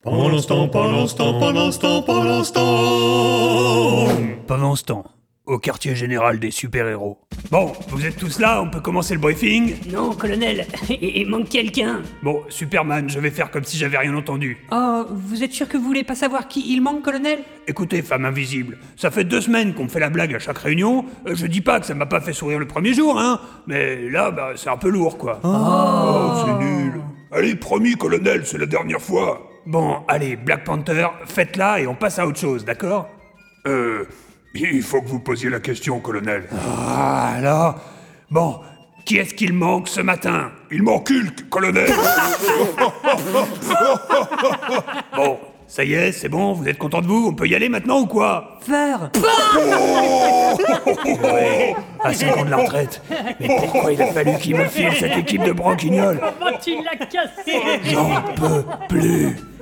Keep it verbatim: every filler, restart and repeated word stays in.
Pendant l'instant, pendant l'instant, pendant l'instant, pendant l'instant. Pendant ce temps, au quartier général des super-héros. Bon, vous êtes tous là, on peut commencer le briefing? Non, colonel, il il manque quelqu'un. Bon, Superman, je vais faire comme si j'avais rien entendu. Oh, vous êtes sûr que vous voulez pas savoir qui il manque, colonel? Écoutez, femme invisible, ça fait deux semaines qu'on me fait la blague à chaque réunion. Euh, Je dis pas que ça m'a pas fait sourire le premier jour, hein, mais là, bah, c'est un peu lourd, quoi. Oh, c'est nul. Allez, promis, colonel, c'est la dernière fois. Bon, allez, Black Panther, faites-la et on passe à autre chose, d'accord? Euh, il faut que vous posiez la question, colonel. Ah, alors... Bon, qui est-ce qu'il manque ce matin? Il manque Hulk, colonel. Bon, ça y est, c'est bon, vous êtes content de vous? On peut y aller maintenant ou quoi? Faire Ouais, à cinq ans de la retraite. Mais pourquoi il a fallu qu'il me file cette équipe de branquignoles? Comment tu l'as cassé? J'en peux plus.